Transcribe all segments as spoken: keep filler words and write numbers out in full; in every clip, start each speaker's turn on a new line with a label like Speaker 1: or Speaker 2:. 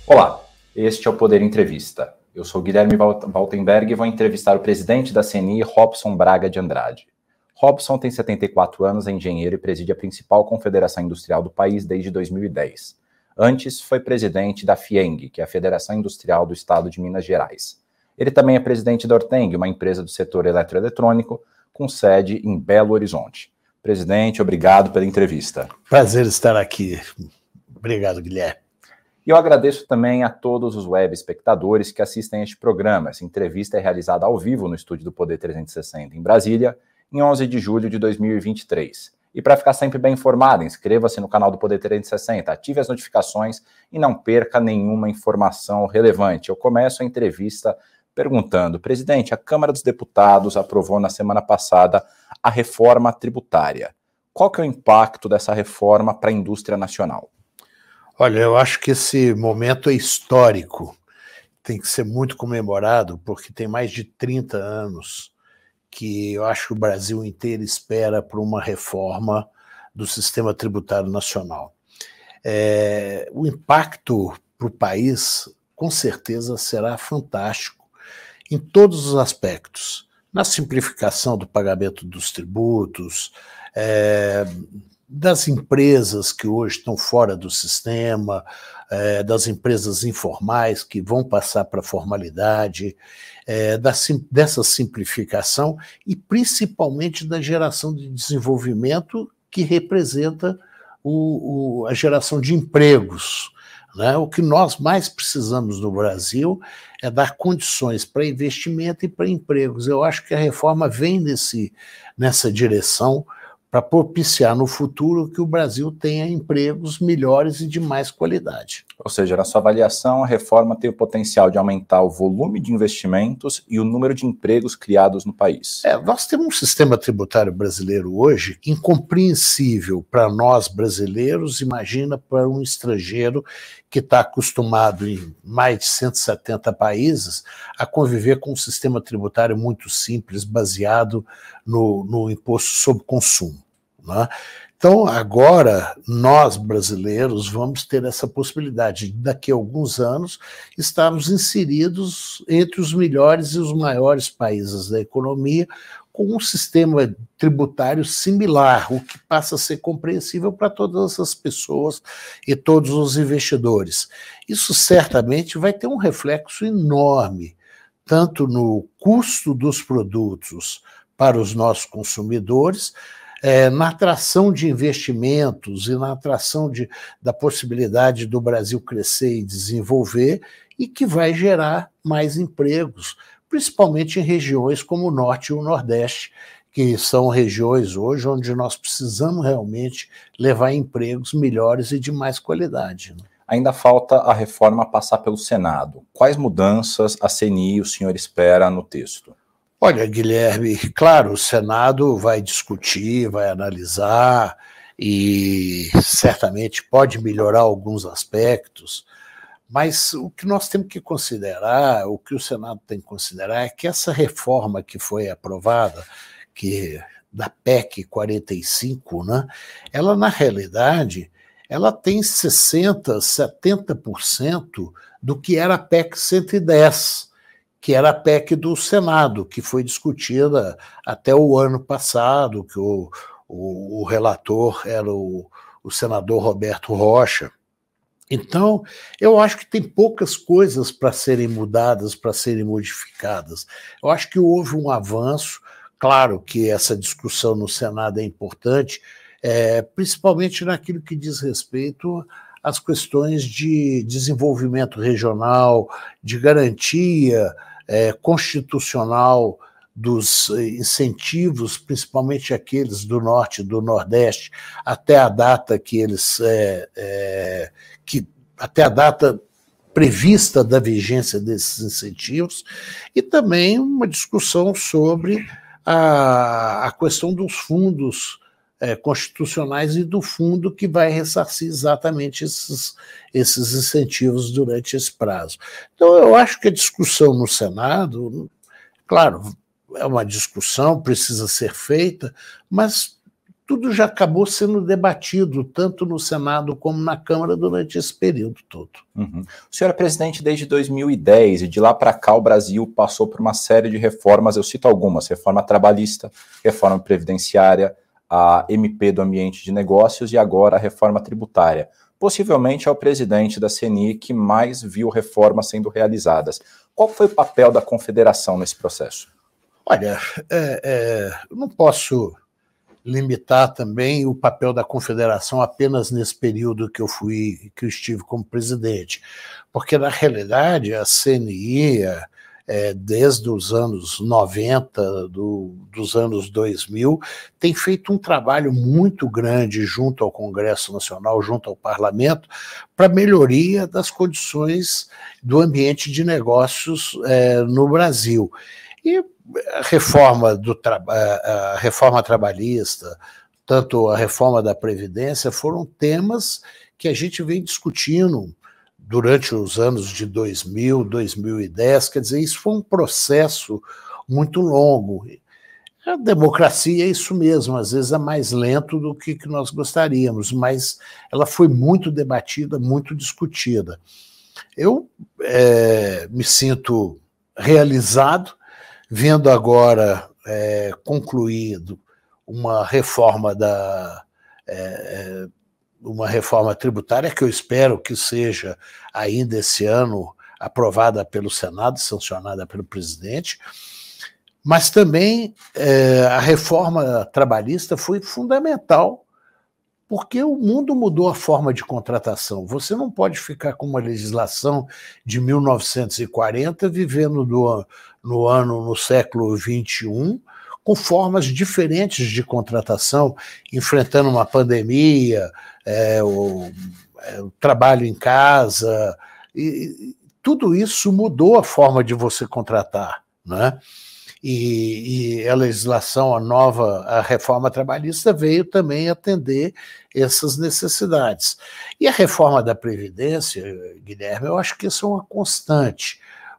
Speaker 1: Olá, este é o Poder Entrevista. Eu sou Guilherme Waltenberg e vou entrevistar o presidente da C N I, Robson Braga de Andrade. Robson tem setenta e quatro anos, é engenheiro e preside a principal confederação industrial do país desde dois mil e dez. Antes, foi presidente da FIENG, que é a Federação Industrial do Estado de Minas Gerais. Ele também é presidente da Orteng, uma empresa do setor eletroeletrônico, com sede em Belo Horizonte. Presidente, obrigado pela entrevista.
Speaker 2: Prazer estar aqui. Obrigado, Guilherme.
Speaker 1: E eu agradeço também a todos os web espectadores que assistem a este programa. Essa entrevista é realizada ao vivo no estúdio do Poder trezentos e sessenta, em Brasília, em onze de julho de dois mil e vinte e três. E para ficar sempre bem informado, inscreva-se no canal do Poder trezentos e sessenta, ative as notificações e não perca nenhuma informação relevante. Eu começo a entrevista perguntando: presidente, a Câmara dos Deputados aprovou na semana passada a reforma tributária. Qual que é o impacto dessa reforma para a indústria nacional?
Speaker 2: Olha, eu acho que esse momento é histórico, tem que ser muito comemorado, porque tem mais de trinta anos que eu acho que o Brasil inteiro espera por uma reforma do sistema tributário nacional. É, o impacto para o país, com certeza, será fantástico em todos os aspectos, na simplificação do pagamento dos tributos, é, das empresas que hoje estão fora do sistema, é, das empresas informais que vão passar para a formalidade, é, da, dessa simplificação e principalmente da geração de desenvolvimento que representa o, o, a geração de empregos. Né? O que nós mais precisamos no Brasil é dar condições para investimento e para empregos. Eu acho que a reforma vem nesse, nessa direção, para propiciar no futuro que o Brasil tenha empregos melhores e de mais qualidade.
Speaker 1: Ou seja, na sua avaliação, a reforma tem o potencial de aumentar o volume de investimentos e o número de empregos criados no país.
Speaker 2: É, nós temos um sistema tributário brasileiro hoje incompreensível para nós brasileiros, imagina para um estrangeiro que está acostumado em mais de cento e setenta países a conviver com um sistema tributário muito simples, baseado no, no imposto sobre consumo. Né? Então, agora, nós brasileiros vamos ter essa possibilidade de, daqui a alguns anos, estarmos inseridos entre os melhores e os maiores países da economia, com um sistema tributário similar, o que passa a ser compreensível para todas as pessoas e todos os investidores. Isso certamente vai ter um reflexo enorme, tanto no custo dos produtos para os nossos consumidores, É, na atração de investimentos e na atração de, da possibilidade do Brasil crescer e desenvolver, e que vai gerar mais empregos, principalmente em regiões como o Norte e o Nordeste, que são regiões hoje onde nós precisamos realmente levar empregos melhores e de mais qualidade. Né?
Speaker 1: Ainda falta a reforma passar pelo Senado. Quais mudanças a C N I o senhor espera no texto?
Speaker 2: Olha, Guilherme, claro, o Senado vai discutir, vai analisar e certamente pode melhorar alguns aspectos, mas o que nós temos que considerar, o que o Senado tem que considerar é que essa reforma que foi aprovada, que da P E C quarenta e cinco, né, ela na realidade ela tem sessenta por cento, setenta por cento do que era a P E C cento e dez, que era a P E C do Senado, que foi discutida até o ano passado, que o, o, o relator era o, o senador Roberto Rocha. Então, eu acho que tem poucas coisas para serem mudadas, para serem modificadas. Eu acho que houve um avanço, claro que essa discussão no Senado é importante, é, principalmente naquilo que diz respeito às questões de desenvolvimento regional, de garantia É, constitucional dos incentivos, principalmente aqueles do Norte e do Nordeste, até a data que eles é, é, que, até a data prevista da vigência desses incentivos, e também uma discussão sobre a, a questão dos fundos É, constitucionais e do fundo que vai ressarcir exatamente esses, esses incentivos durante esse prazo. Então, eu acho que a discussão no Senado, claro, é uma discussão, precisa ser feita, mas tudo já acabou sendo debatido, tanto no Senado como na Câmara, durante esse período todo.
Speaker 1: Uhum. O senhor é presidente desde dois mil e dez, e de lá para cá o Brasil passou por uma série de reformas, eu cito algumas: reforma trabalhista, reforma previdenciária, a M P do Ambiente de Negócios e agora a reforma tributária. Possivelmente é o presidente da C N I que mais viu reformas sendo realizadas. Qual foi o papel da Confederação nesse processo?
Speaker 2: Olha, é, é, eu não posso limitar também o papel da Confederação apenas nesse período que eu fui, que eu estive como presidente, porque na realidade a C N I, é, desde os anos noventa, do, dos anos dois mil, tem feito um trabalho muito grande junto ao Congresso Nacional, junto ao Parlamento, para melhoria das condições do ambiente de negócios é, no Brasil. E a reforma, do tra a reforma trabalhista, tanto a reforma da Previdência, foram temas que a gente vem discutindo durante os anos de dois mil, dois mil e dez, quer dizer, isso foi um processo muito longo. A democracia é isso mesmo, às vezes é mais lento do que nós gostaríamos, mas ela foi muito debatida, muito discutida. Eu é, me sinto realizado, vendo agora é, concluído uma reforma da é, uma reforma tributária que eu espero que seja ainda esse ano aprovada pelo Senado, sancionada pelo presidente, mas também é, a reforma trabalhista foi fundamental, porque o mundo mudou a forma de contratação. Você não pode ficar com uma legislação de mil novecentos e quarenta vivendo no, no ano, no século vinte e um, com formas diferentes de contratação, enfrentando uma pandemia, é, o, é, o trabalho em casa, e, e tudo isso mudou a forma de você contratar, né? E, e a legislação, a nova, a reforma trabalhista veio também atender essas necessidades. E a reforma da Previdência, Guilherme, eu acho que isso é uma constante,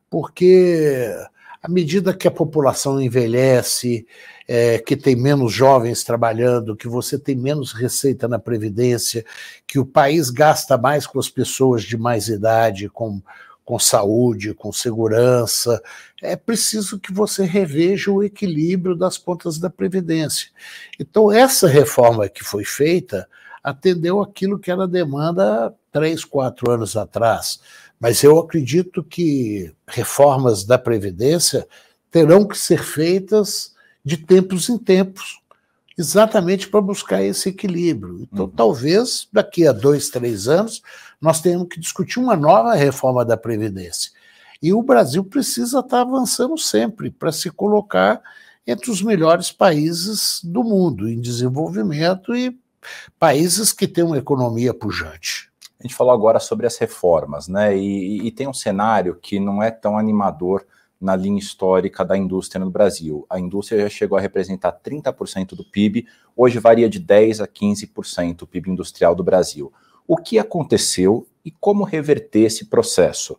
Speaker 2: porque à medida que a população envelhece, é, que tem menos jovens trabalhando, que você tem menos receita na Previdência, que o país gasta mais com as pessoas de mais idade, com com saúde, com segurança, é preciso que você reveja o equilíbrio das pontas da Previdência. Então, essa reforma que foi feita atendeu aquilo que era demanda há três, quatro anos atrás, mas eu acredito que reformas da Previdência terão que ser feitas de tempos em tempos, exatamente para buscar esse equilíbrio. Então, uhum. talvez, daqui a dois, três anos, nós tenhamos que discutir uma nova reforma da Previdência. E o Brasil precisa estar avançando sempre para se colocar entre os melhores países do mundo, em desenvolvimento, e países que têm uma economia pujante.
Speaker 1: A gente falou agora sobre as reformas, né? E, e tem um cenário que não é tão animador na linha histórica da indústria no Brasil. A indústria já chegou a representar trinta por cento do P I B, hoje varia de dez por cento a quinze por cento o P I B industrial do Brasil. O que aconteceu e como reverter esse processo?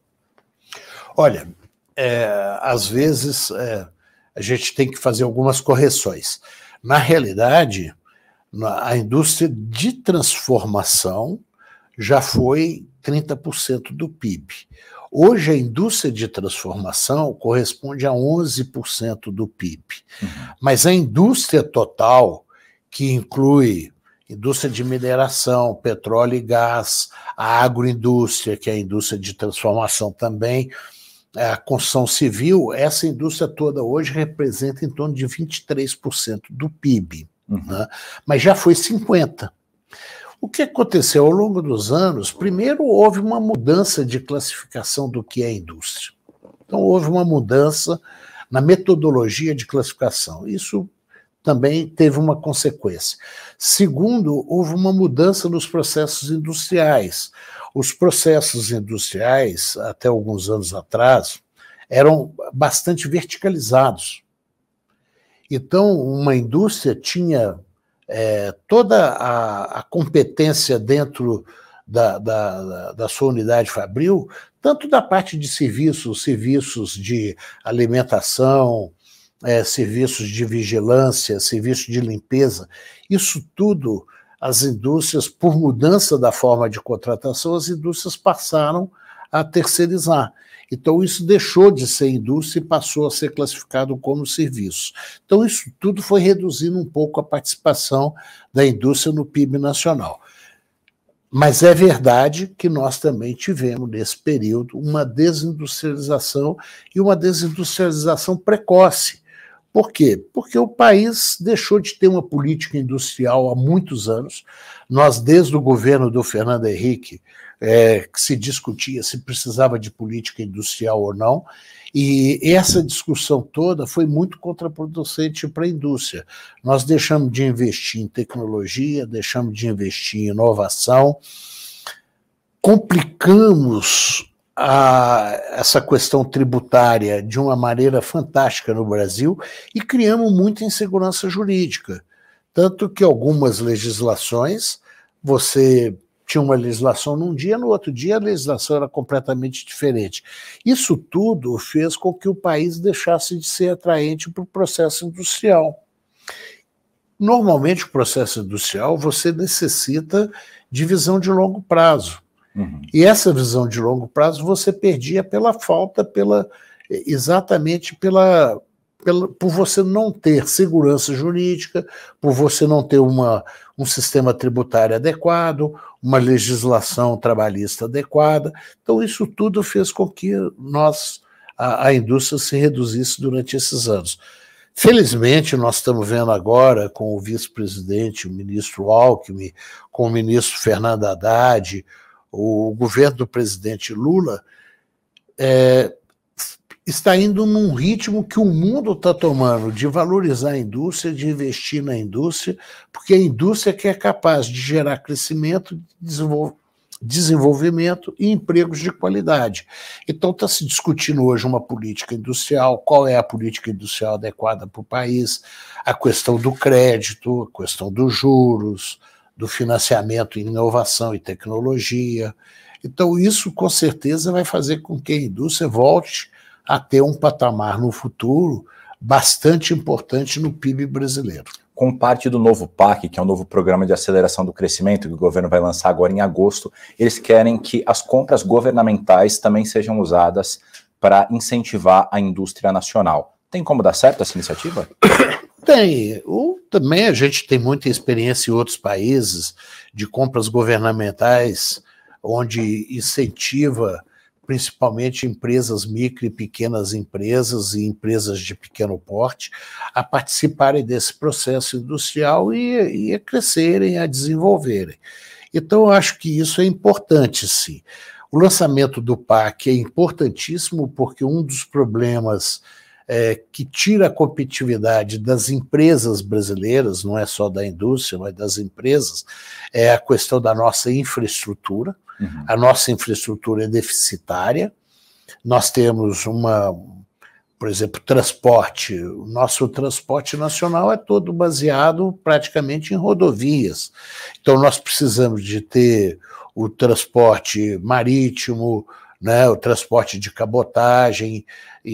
Speaker 2: Olha, é, às vezes é, a gente tem que fazer algumas correções. Na realidade, a indústria de transformação já foi trinta por cento do P I B. Hoje, a indústria de transformação corresponde a onze por cento do P I B. Uhum. Mas a indústria total, que inclui indústria de mineração, petróleo e gás, a agroindústria, que é a indústria de transformação também, a construção civil, essa indústria toda hoje representa em torno de vinte e três por cento do P I B. Uhum. Né? Mas já foi cinquenta por cento. O que aconteceu ao longo dos anos? Primeiro, houve uma mudança de classificação do que é indústria. Então, houve uma mudança na metodologia de classificação. Isso também teve uma consequência. Segundo, houve uma mudança nos processos industriais. Os processos industriais, até alguns anos atrás, eram bastante verticalizados. Então, uma indústria tinha É, toda a, a competência dentro da, da, da sua unidade fabril, tanto da parte de serviços, serviços de alimentação, é, serviços de vigilância, serviços de limpeza, isso tudo, as indústrias, por mudança da forma de contratação, as indústrias passaram a terceirizar. Então, isso deixou de ser indústria e passou a ser classificado como serviço. Então, isso tudo foi reduzindo um pouco a participação da indústria no P I B nacional. Mas é verdade que nós também tivemos, nesse período, uma desindustrialização e uma desindustrialização precoce. Por quê? Porque o país deixou de ter uma política industrial há muitos anos. Nós, desde o governo do Fernando Henrique, é, que se discutia se precisava de política industrial ou não, e essa discussão toda foi muito contraproducente para a indústria. Nós deixamos de investir em tecnologia, deixamos de investir em inovação, complicamos a, essa questão tributária de uma maneira fantástica no Brasil e criamos muita insegurança jurídica. Tanto que algumas legislações, você tinha uma legislação num dia, no outro dia a legislação era completamente diferente. Isso tudo fez com que o país deixasse de ser atraente para o processo industrial. Normalmente, o processo industrial, você necessita de visão de longo prazo. Uhum. E essa visão de longo prazo você perdia pela falta, pela, exatamente pela, pela, por você não ter segurança jurídica, por você não ter uma, um sistema tributário adequado, uma legislação trabalhista adequada. Então, isso tudo fez com que nós, a, a indústria se reduzisse durante esses anos. Felizmente, nós estamos vendo agora com o vice-presidente, o ministro Alckmin, com o ministro Fernando Haddad, o governo do presidente Lula, é, está indo num ritmo que o mundo está tomando de valorizar a indústria, de investir na indústria, porque a indústria que é capaz de gerar crescimento, desenvolvimento e empregos de qualidade. Então está se discutindo hoje uma política industrial, qual é a política industrial adequada para o país, a questão do crédito, a questão dos juros, do financiamento em inovação e tecnologia. Então, isso, com certeza, vai fazer com que a indústria volte a ter um patamar no futuro bastante importante no P I B brasileiro.
Speaker 1: Com parte do novo P A C, que é um novo programa de aceleração do crescimento, que o governo vai lançar agora em agosto, eles querem que as compras governamentais também sejam usadas para incentivar a indústria nacional. Tem como dar certo essa iniciativa?
Speaker 2: Tem. O, também a gente tem muita experiência em outros países de compras governamentais, onde incentiva principalmente empresas micro e pequenas empresas e empresas de pequeno porte a participarem desse processo industrial e, e a crescerem, a desenvolverem. Então, eu acho que isso é importante, sim. O lançamento do P A C é importantíssimo porque um dos problemas É, que tira a competitividade das empresas brasileiras, não é só da indústria, mas das empresas, é a questão da nossa infraestrutura. Uhum. A nossa infraestrutura é deficitária. Nós temos uma, por exemplo, transporte. O nosso transporte nacional é todo baseado praticamente em rodovias. Então, nós precisamos de ter o transporte marítimo, né, o transporte de cabotagem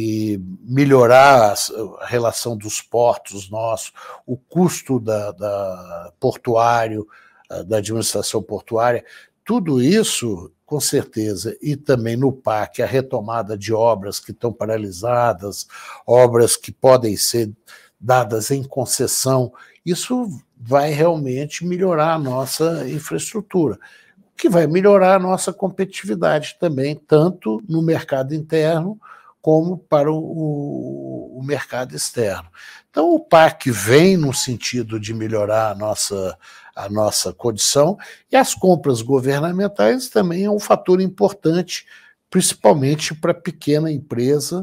Speaker 2: e melhorar a relação dos portos nossos, o custo da, da portuário, da administração portuária, tudo isso, com certeza, e também no P A C, a retomada de obras que estão paralisadas, obras que podem ser dadas em concessão, isso vai realmente melhorar a nossa infraestrutura, que vai melhorar a nossa competitividade também, tanto no mercado interno como para o, o mercado externo. Então, o P A C vem no sentido de melhorar a nossa, a nossa condição, e as compras governamentais também é um fator importante, principalmente para a pequena empresa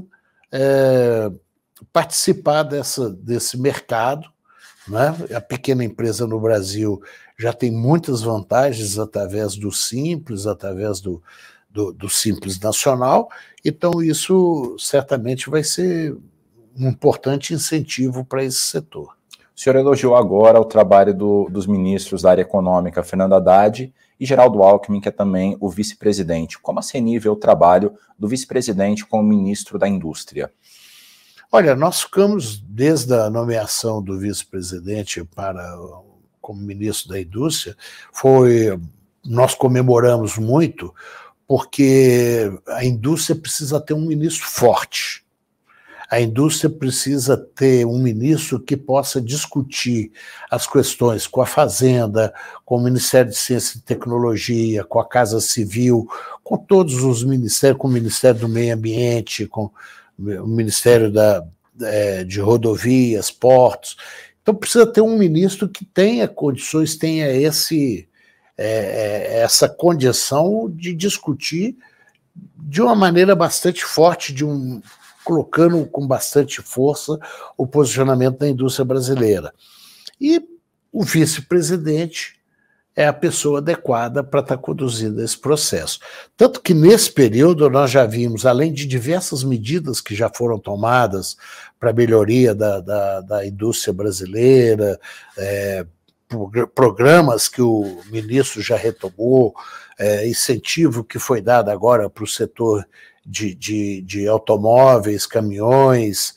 Speaker 2: é, participar dessa, desse mercado, né? A pequena empresa no Brasil já tem muitas vantagens através do Simples, através do, do, do Simples Nacional, então isso certamente vai ser um importante incentivo para esse setor.
Speaker 1: O senhor elogiou agora o trabalho do, dos ministros da área econômica, Fernando Haddad e Geraldo Alckmin, que é também o vice-presidente. Como assim nível o trabalho do vice-presidente como ministro da Indústria?
Speaker 2: Olha, nós ficamos, desde a nomeação do vice-presidente para como ministro da Indústria, foi, nós comemoramos muito, porque a indústria precisa ter um ministro forte. A indústria precisa ter um ministro que possa discutir as questões com a Fazenda, com o Ministério de Ciência e Tecnologia, com a Casa Civil, com todos os ministérios, com o Ministério do Meio Ambiente, com o Ministério da, de Rodovias, Portos. Então precisa ter um ministro que tenha condições, tenha esse, é, essa condição de discutir de uma maneira bastante forte, de um... colocando com bastante força o posicionamento da indústria brasileira. E o vice-presidente é a pessoa adequada para estar conduzindo esse processo. Tanto que nesse período nós já vimos, além de diversas medidas que já foram tomadas para a melhoria da, da, da indústria brasileira, é, programas que o ministro já retomou, é, incentivo que foi dado agora para o setor De, de, de automóveis, caminhões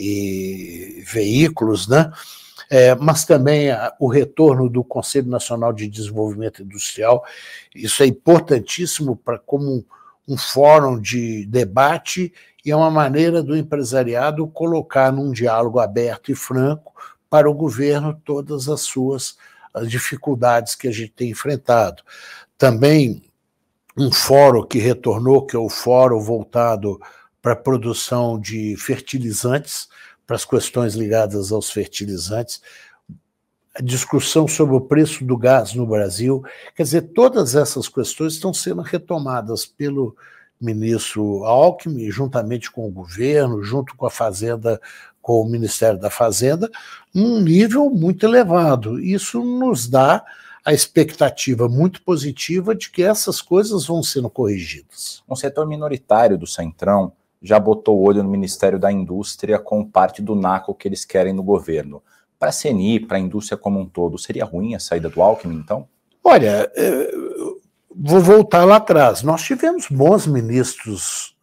Speaker 2: e veículos, né? É, mas também a, o retorno do Conselho Nacional de Desenvolvimento Industrial, isso é importantíssimo para como um, um fórum de debate e é uma maneira do empresariado colocar num diálogo aberto e franco para o governo todas as suas as dificuldades que a gente tem enfrentado. Também um fórum que retornou, que é o fórum voltado para a produção de fertilizantes, para as questões ligadas aos fertilizantes, a discussão sobre o preço do gás no Brasil. Quer dizer, todas essas questões estão sendo retomadas pelo ministro Alckmin, juntamente com o governo, junto com a Fazenda, com o Ministério da Fazenda, num nível muito elevado. Isso nos dá a expectativa muito positiva de que essas coisas vão sendo corrigidas.
Speaker 1: Um setor minoritário do Centrão já botou o olho no Ministério da Indústria com parte do NACO que eles querem no governo. Para a C N I, para a indústria como um todo, seria ruim a saída do Alckmin, então?
Speaker 2: Olha, vou voltar lá atrás. Nós tivemos bons ministros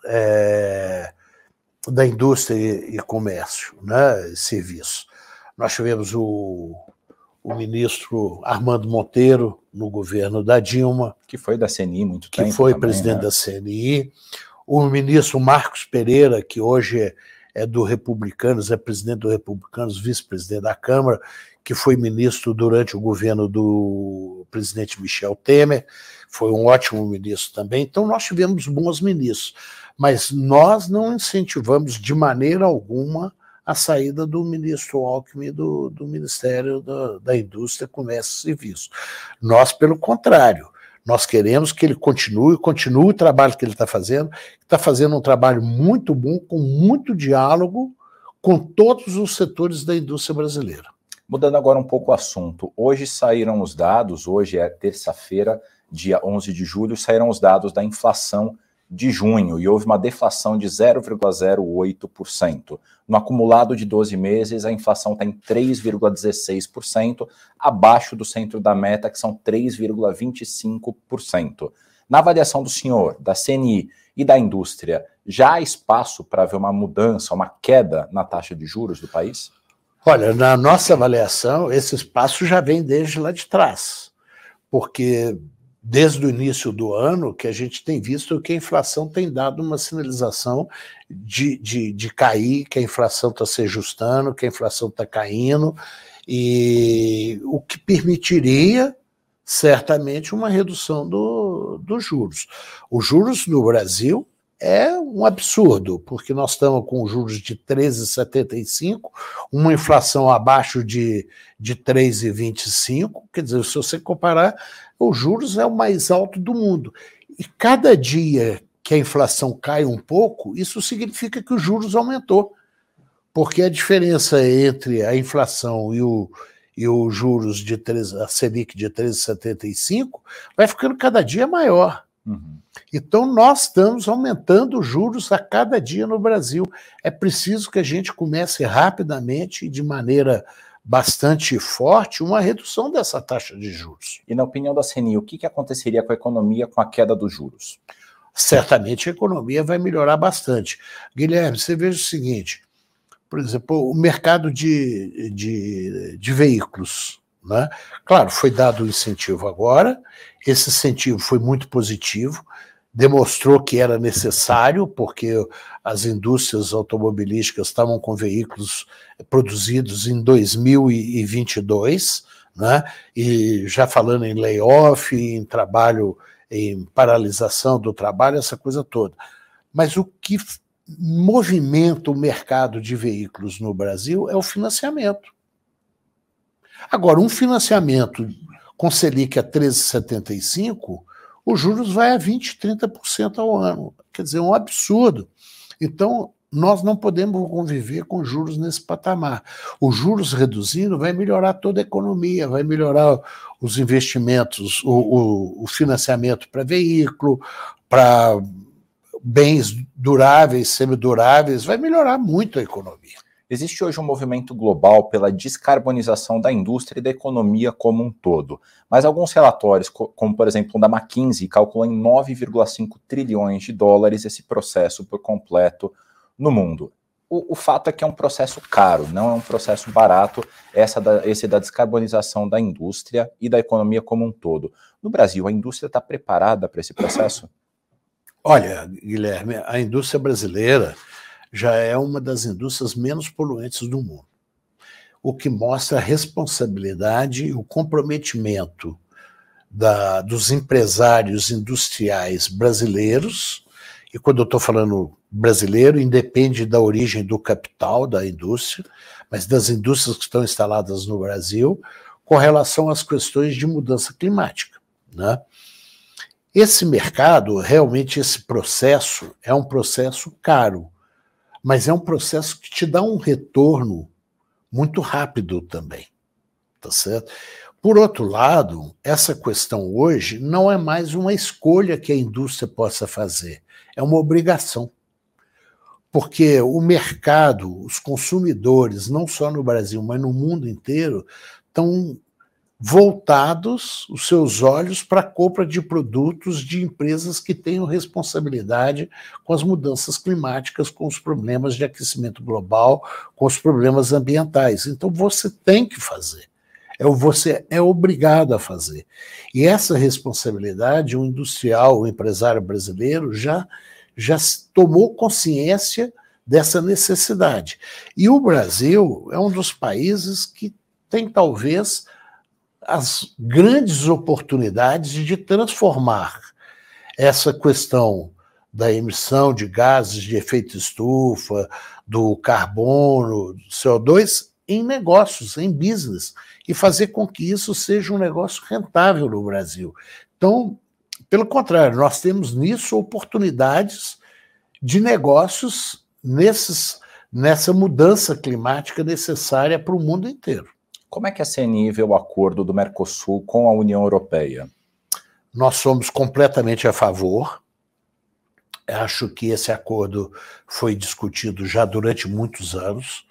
Speaker 2: é, da indústria e comércio, né, e serviço. Nós tivemos o... o ministro Armando Monteiro, no governo da Dilma.
Speaker 1: Que foi da C N I muito tempo.
Speaker 2: Que foi
Speaker 1: também,
Speaker 2: presidente
Speaker 1: né?
Speaker 2: da C N I. O ministro Marcos Pereira, que hoje é, é do Republicanos, é presidente do Republicanos, vice-presidente da Câmara, que foi ministro durante o governo do presidente Michel Temer, foi um ótimo ministro também. Então, nós tivemos bons ministros, mas nós não incentivamos de maneira alguma a saída do ministro Alckmin do, do Ministério da, da Indústria, Comércio e Serviços. Nós, pelo contrário, nós queremos que ele continue, continue o trabalho que ele está fazendo, está fazendo um trabalho muito bom, com muito diálogo com todos os setores da indústria brasileira.
Speaker 1: Mudando agora um pouco o assunto, hoje saíram os dados, hoje é terça-feira, dia onze de julho, saíram os dados da inflação de junho, e houve uma deflação de zero vírgula zero oito por cento. No acumulado de doze meses, a inflação está em três vírgula dezesseis por cento, abaixo do centro da meta, que são três vírgula vinte e cinco por cento. Na avaliação do senhor, da C N I e da indústria, já há espaço para haver uma mudança, uma queda na taxa de juros do país?
Speaker 2: Olha, na nossa avaliação, esse espaço já vem desde lá de trás, porque desde o início do ano que a gente tem visto que a inflação tem dado uma sinalização de, de, de cair, que a inflação está se ajustando, que a inflação está caindo, e o que permitiria certamente uma redução do, dos juros. Os juros no Brasil é um absurdo, porque nós estamos com juros de treze vírgula setenta e cinco, uma inflação abaixo de, de três vírgula vinte e cinco, quer dizer, se você comparar, os juros é o mais alto do mundo. E cada dia que a inflação cai um pouco, isso significa que os juros aumentou, porque a diferença entre a inflação e o, e os juros de treze, a Selic de treze vírgula setenta e cinco vai ficando cada dia maior. Uhum. Então, nós estamos aumentando os juros a cada dia no Brasil. É preciso que a gente comece rapidamente e de maneira bastante forte uma redução dessa taxa de juros.
Speaker 1: E na opinião da C N I, o que, que aconteceria com a economia com a queda dos juros?
Speaker 2: Certamente a economia vai melhorar bastante. Guilherme, você veja o seguinte, por exemplo, o mercado de, de, de veículos, né? Claro, foi dado o incentivo agora, esse incentivo foi muito positivo, demonstrou que era necessário, porque as indústrias automobilísticas estavam com veículos produzidos em dois mil e vinte e dois, né? E já falando em layoff, em trabalho, em paralisação do trabalho, essa coisa toda. Mas o que movimenta o mercado de veículos no Brasil é o financiamento. Agora, um financiamento com Selic a treze vírgula setenta e cinco, os juros vai a vinte, trinta por cento ao ano. Quer dizer, é um absurdo. Então, nós não podemos conviver com juros nesse patamar. Os juros reduzindo vai melhorar toda a economia, vai melhorar os investimentos, o, o, o financiamento para veículo, para bens duráveis, semiduráveis, vai melhorar muito a economia.
Speaker 1: Existe hoje um movimento global pela descarbonização da indústria e da economia como um todo, mas alguns relatórios, como por exemplo o da McKinsey, calculam em nove vírgula cinco trilhões de dólares esse processo por completo no mundo. O, o fato é que é um processo caro, não é um processo barato, essa da, esse da descarbonização da indústria e da economia como um todo. No Brasil, a indústria está preparada para esse processo?
Speaker 2: Olha, Guilherme, a indústria brasileira já é uma das indústrias menos poluentes do mundo, o que mostra a responsabilidade e o comprometimento da, dos empresários industriais brasileiros, e quando eu estou falando brasileiro, independe da origem do capital da indústria, mas das indústrias que estão instaladas no Brasil, com relação às questões de mudança climática, né? Esse mercado, realmente esse processo, é um processo caro, mas é um processo que te dá um retorno muito rápido também, tá certo? Por outro lado, essa questão hoje não é mais uma escolha que a indústria possa fazer, é uma obrigação. Porque o mercado, os consumidores, não só no Brasil, mas no mundo inteiro, estão voltados os seus olhos para a compra de produtos de empresas que tenham responsabilidade com as mudanças climáticas, com os problemas de aquecimento global, com os problemas ambientais. Então você tem que fazer, é, você é obrigado a fazer. E essa responsabilidade, o industrial, o empresário brasileiro já, já tomou consciência dessa necessidade. E o Brasil é um dos países que tem talvez as grandes oportunidades de transformar essa questão da emissão de gases de efeito estufa, do carbono, do C O dois, em negócios, em business, e fazer com que isso seja um negócio rentável no Brasil. Então, pelo contrário, nós temos nisso oportunidades de negócios nesses, nessa mudança climática necessária para o mundo inteiro.
Speaker 1: Como é que a C N I vê o acordo do Mercosul com a União Europeia?
Speaker 2: Nós somos completamente a favor. Acho que esse acordo foi discutido já durante muitos anos.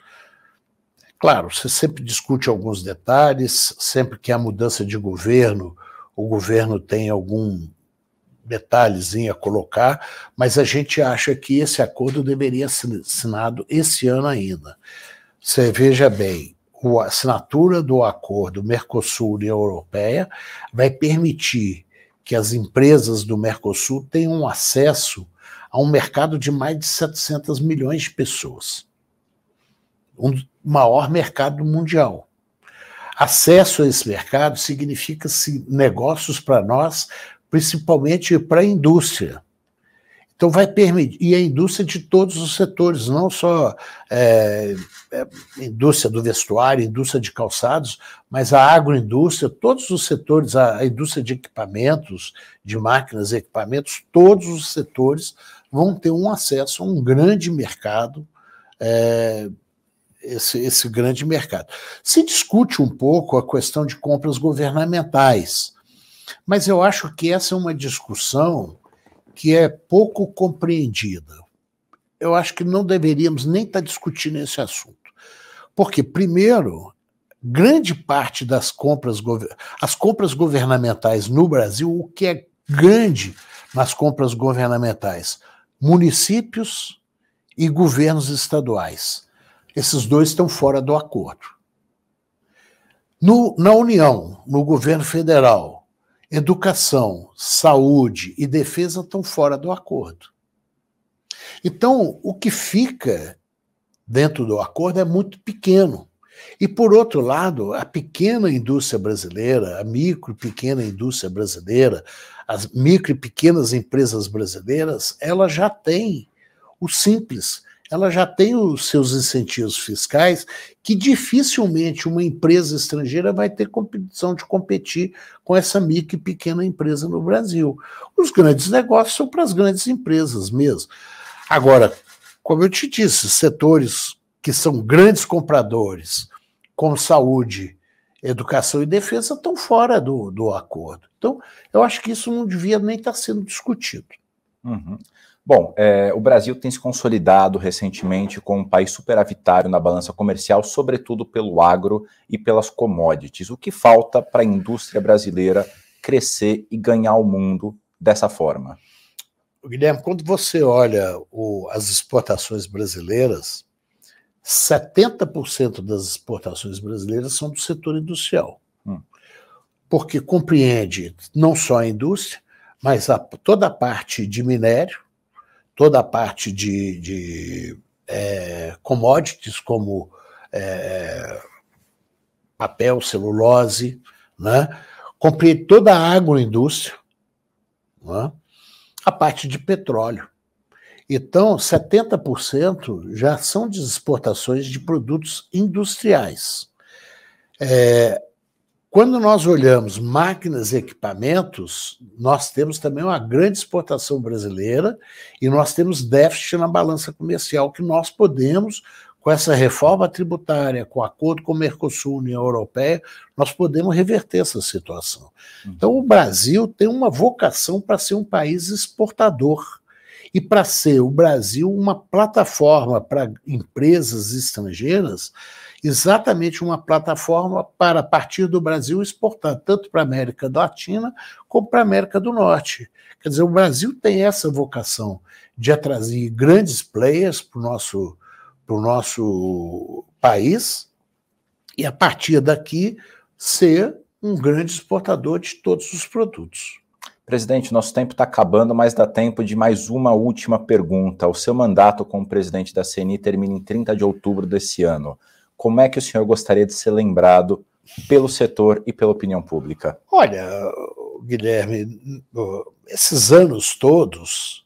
Speaker 2: Claro, você sempre discute alguns detalhes, sempre que há mudança de governo, o governo tem algum detalhezinho a colocar, mas a gente acha que esse acordo deveria ser assinado esse ano ainda. Você veja bem, a assinatura do acordo Mercosul-União Europeia vai permitir que as empresas do Mercosul tenham acesso a um mercado de mais de setecentos milhões de pessoas. Um maior mercado mundial. Acesso a esse mercado significa negócios para nós, principalmente para a indústria. Então vai permitir, e a indústria de todos os setores, não só é, é, indústria do vestuário, indústria de calçados, mas a agroindústria, todos os setores, a, a indústria de equipamentos, de máquinas e equipamentos, todos os setores vão ter um acesso a um grande mercado, é, esse, esse grande mercado. Se discute um pouco a questão de compras governamentais, mas eu acho que essa é uma discussão que é pouco compreendida. Eu acho que não deveríamos nem estar discutindo esse assunto. Porque, primeiro, grande parte das compras, as compras governamentais no Brasil, o que é grande nas compras governamentais? Municípios e governos estaduais. Esses dois estão fora do acordo. No, na União, no governo federal, educação, saúde e defesa estão fora do acordo. Então, o que fica dentro do acordo é muito pequeno. E, por outro lado, a pequena indústria brasileira, a micro e pequena indústria brasileira, as micro e pequenas empresas brasileiras, ela já tem o simples, ela já tem os seus incentivos fiscais que dificilmente uma empresa estrangeira vai ter condição de competir com essa micro e pequena empresa no Brasil. Os grandes negócios são para as grandes empresas mesmo. Agora, como eu te disse, setores que são grandes compradores, como saúde, educação e defesa, estão fora do, do acordo. Então, eu acho que isso não devia nem estar sendo discutido.
Speaker 1: Uhum. Bom, é, o Brasil tem se consolidado recentemente como um país superavitário na balança comercial, sobretudo pelo agro e pelas commodities. O que falta para a indústria brasileira crescer e ganhar o mundo dessa forma?
Speaker 2: Guilherme, quando você olha o, as exportações brasileiras, setenta por cento das exportações brasileiras são do setor industrial, hum. porque compreende não só a indústria, mas a, toda a parte de minério, toda a parte de, de é, commodities, como é, papel, celulose, né? Compreende toda a agroindústria, né? A parte de petróleo. Então, setenta por cento já são de exportações de produtos industriais. É, quando nós olhamos máquinas e equipamentos, nós temos também uma grande exportação brasileira e nós temos déficit na balança comercial que nós podemos, com essa reforma tributária, com o acordo com o Mercosul, União Europeia, nós podemos reverter essa situação. Então, o Brasil tem uma vocação para ser um país exportador. E para ser o Brasil uma plataforma para empresas estrangeiras, exatamente uma plataforma para, a partir do Brasil, exportar tanto para a América Latina como para a América do Norte. Quer dizer, o Brasil tem essa vocação de atrair grandes players para o nosso, para o nosso país e, a partir daqui, ser um grande exportador de todos os produtos.
Speaker 1: Presidente, nosso tempo está acabando, mas dá tempo de mais uma última pergunta. O seu mandato como presidente da C N I termina em trinta de outubro desse ano. Como é que o senhor gostaria de ser lembrado pelo setor e pela opinião pública?
Speaker 2: Olha, Guilherme, esses anos todos,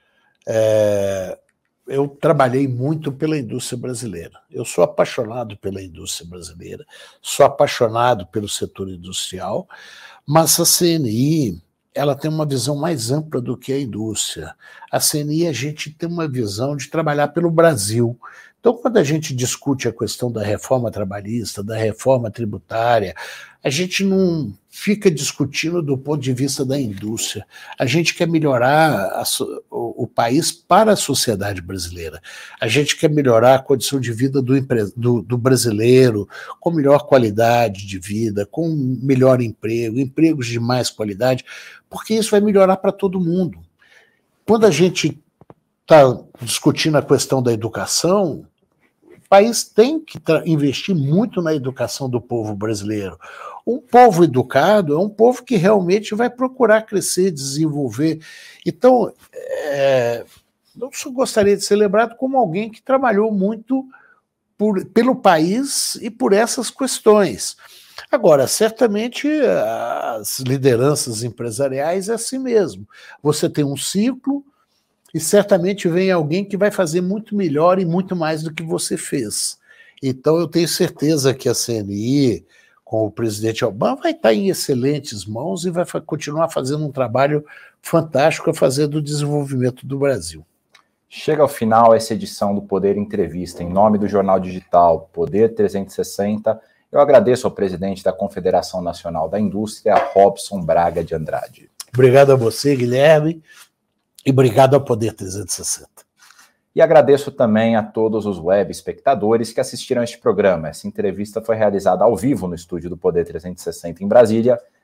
Speaker 2: é, eu trabalhei muito pela indústria brasileira. Eu sou apaixonado pela indústria brasileira, sou apaixonado pelo setor industrial, mas a C N I... ela tem uma visão mais ampla do que a indústria. A C N I, a gente tem uma visão de trabalhar pelo Brasil. Então, quando a gente discute a questão da reforma trabalhista, da reforma tributária, a gente não fica discutindo do ponto de vista da indústria. A gente quer melhorar a, o, o país para a sociedade brasileira. A gente quer melhorar a condição de vida do, do, do brasileiro, com melhor qualidade de vida, com melhor emprego, empregos de mais qualidade, porque isso vai melhorar para todo mundo. Quando a gente está discutindo a questão da educação, o país tem que investir muito na educação do povo brasileiro. Um povo educado é um povo que realmente vai procurar crescer, desenvolver. Então, é, eu só gostaria de ser lembrado como alguém que trabalhou muito por, pelo país e por essas questões. Agora, certamente, as lideranças empresariais é assim mesmo. Você tem um ciclo e certamente vem alguém que vai fazer muito melhor e muito mais do que você fez. Então, eu tenho certeza que a C N I, com o presidente Obama, vai estar em excelentes mãos e vai continuar fazendo um trabalho fantástico a fazer do desenvolvimento do Brasil.
Speaker 1: Chega ao final essa edição do Poder Entrevista. Em nome do jornal digital Poder trezentos e sessenta, eu agradeço ao presidente da Confederação Nacional da Indústria, Robson Braga de Andrade.
Speaker 2: Obrigado a você, Guilherme, e obrigado ao Poder trezentos e sessenta.
Speaker 1: E agradeço também a todos os web espectadores que assistiram a este programa. Essa entrevista foi realizada ao vivo no estúdio do Poder trezentos e sessenta em Brasília,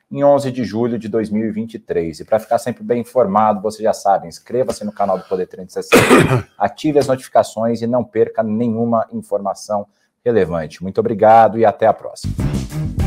Speaker 1: em onze de julho de dois mil e vinte e três. E para ficar sempre bem informado, você já sabe, inscreva-se no canal do Poder trezentos e sessenta, ative as notificações e não perca nenhuma informação relevante. Muito obrigado e até a próxima.